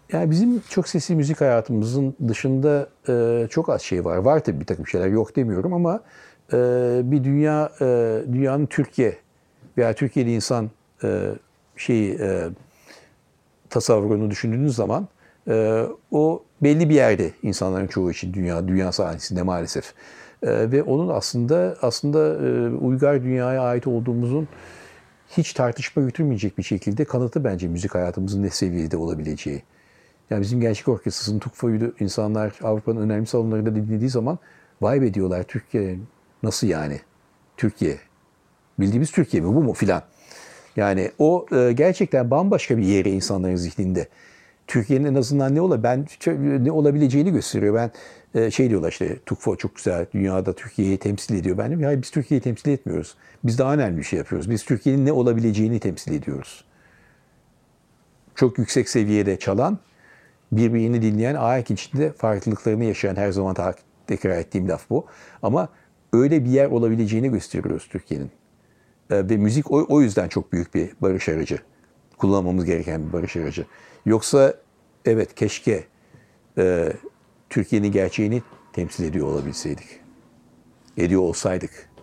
Yani bizim çok sesli müzik hayatımızın dışında çok az şey var. Var tabii bir takım şeyler, yok demiyorum ama bir dünyanın Türkiye veya Türkiye'li insan e, şeyi tasavvurunu düşündüğünüz zaman o belli bir yerde insanların çoğu için dünya sahnesinde maalesef. Ve onun aslında uygar dünyaya ait olduğumuzun hiç tartışma götürmeyecek bir şekilde kanıtı bence müzik hayatımızın ne seviyede olabileceği. Yani bizim Gençlik Orkestrası'nın Tukfo'yu insanlar Avrupa'nın önemli salonlarında dinlediği zaman vay be diyorlar, Türkiye nasıl yani? Türkiye. Bildiğimiz Türkiye mi bu mu filan. Yani o gerçekten bambaşka bir yere insanların zihninde. Türkiye'nin en azından ne olabileceğini gösteriyor. Ben şey diyorlar işte Tukfo çok güzel dünyada Türkiye'yi temsil ediyor. Ben diyorum hayır, biz Türkiye'yi temsil etmiyoruz. Biz daha önemli bir şey yapıyoruz. Biz Türkiye'nin ne olabileceğini temsil ediyoruz. Çok yüksek seviyede çalan, birbirini dinleyen, ahenk içinde farklılıklarını yaşayan, her zaman tekrar ettiğim laf bu. Ama öyle bir yer olabileceğini gösteriyoruz Türkiye'nin. Ve müzik o yüzden çok büyük bir barış aracı. Kullanmamız gereken bir barış aracı. Yoksa evet, keşke Türkiye'nin gerçeğini temsil ediyor olabilseydik. Ediyor olsaydık.